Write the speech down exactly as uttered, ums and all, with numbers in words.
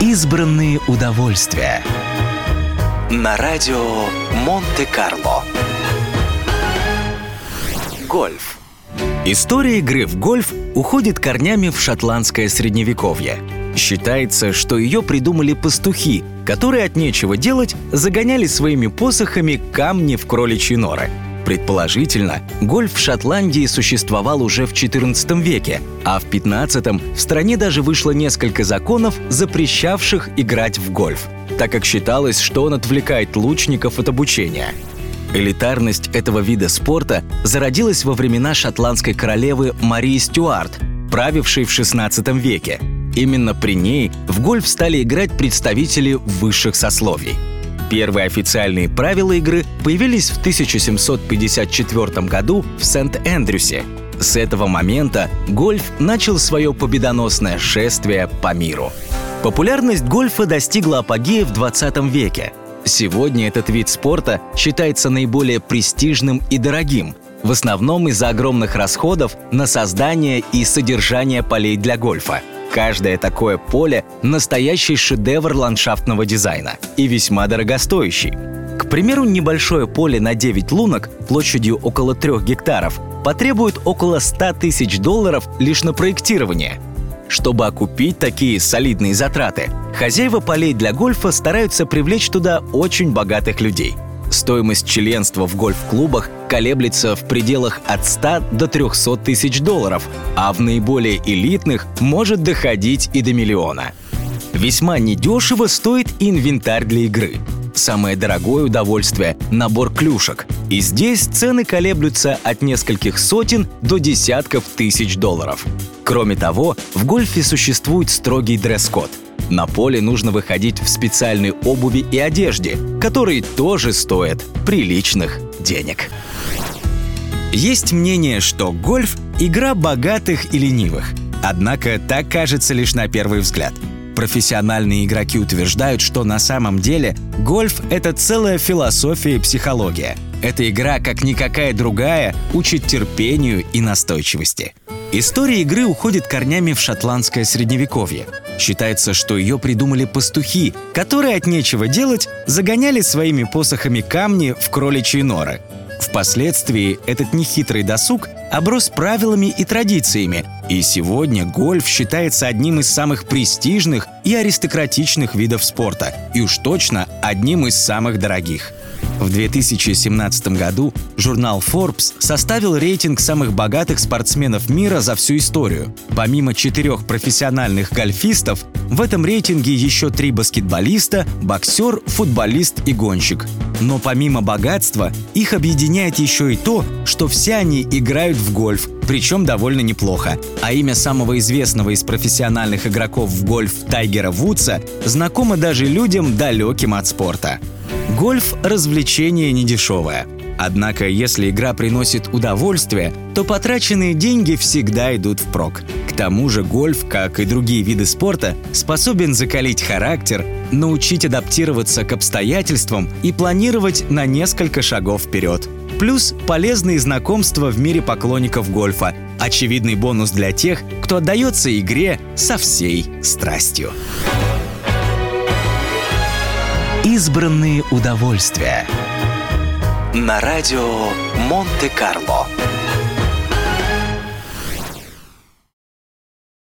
Избранные удовольствия. На радио Монте-Карло. Гольф. История игры в гольф уходит корнями в шотландское средневековье. Считается, что ее придумали пастухи, которые от нечего делать загоняли своими посохами камни в кроличьи норы. Предположительно, гольф в Шотландии существовал уже в четырнадцатом веке, а в пятнадцатом в стране даже вышло несколько законов, запрещавших играть в гольф, так как считалось, что он отвлекает лучников от обучения. Элитарность этого вида спорта зародилась во времена шотландской королевы Марии Стюарт, правившей в шестнадцатом веке. Именно при ней в гольф стали играть представители высших сословий. Первые официальные правила игры появились в тысяча семьсот пятьдесят четвёртом году в Сент-Эндрюсе. С этого момента гольф начал свое победоносное шествие по миру. Популярность гольфа достигла апогея в двадцатом веке. Сегодня этот вид спорта считается наиболее престижным и дорогим, в основном из-за огромных расходов на создание и содержание полей для гольфа. Каждое такое поле – настоящий шедевр ландшафтного дизайна и весьма дорогостоящий. К примеру, небольшое поле на девять лунок площадью около трех гектаров потребует около ста тысяч долларов лишь на проектирование. Чтобы окупить такие солидные затраты, хозяева полей для гольфа стараются привлечь туда очень богатых людей. Стоимость членства в гольф-клубах колеблется в пределах от ста до трехсот тысяч долларов, а в наиболее элитных может доходить и до миллиона. Весьма недешево стоит инвентарь для игры. Самое дорогое удовольствие – набор клюшек. И здесь цены колеблются от нескольких сотен до десятков тысяч долларов. Кроме того, в гольфе существует строгий дресс-код. На поле нужно выходить в специальной обуви и одежде, которые тоже стоят приличных денег. Есть мнение, что гольф – игра богатых и ленивых. Однако так кажется лишь на первый взгляд. Профессиональные игроки утверждают, что на самом деле гольф – это целая философия и психология. Эта игра, как никакая другая, учит терпению и настойчивости. История игры уходит корнями в шотландское средневековье. Считается, что ее придумали пастухи, которые от нечего делать загоняли своими посохами камни в кроличьи норы. Впоследствии этот нехитрый досуг оброс правилами и традициями, и сегодня гольф считается одним из самых престижных и аристократичных видов спорта, и уж точно одним из самых дорогих. В две тысячи семнадцатом году журнал Forbes составил рейтинг самых богатых спортсменов мира за всю историю. Помимо четырех профессиональных гольфистов, в этом рейтинге еще три баскетболиста, боксер, футболист и гонщик. Но помимо богатства, их объединяет еще и то, что все они играют в гольф, причем довольно неплохо. А имя самого известного из профессиональных игроков в гольф Тайгера Вудса знакомо даже людям, далеким от спорта. Гольф – развлечение недешевое. Однако, если игра приносит удовольствие, то потраченные деньги всегда идут впрок. К тому же гольф, как и другие виды спорта, способен закалить характер, научить адаптироваться к обстоятельствам и планировать на несколько шагов вперед. Плюс полезные знакомства в мире поклонников гольфа. Очевидный бонус для тех, кто отдается игре со всей страстью. Избранные удовольствия. На радио Монте-Карло.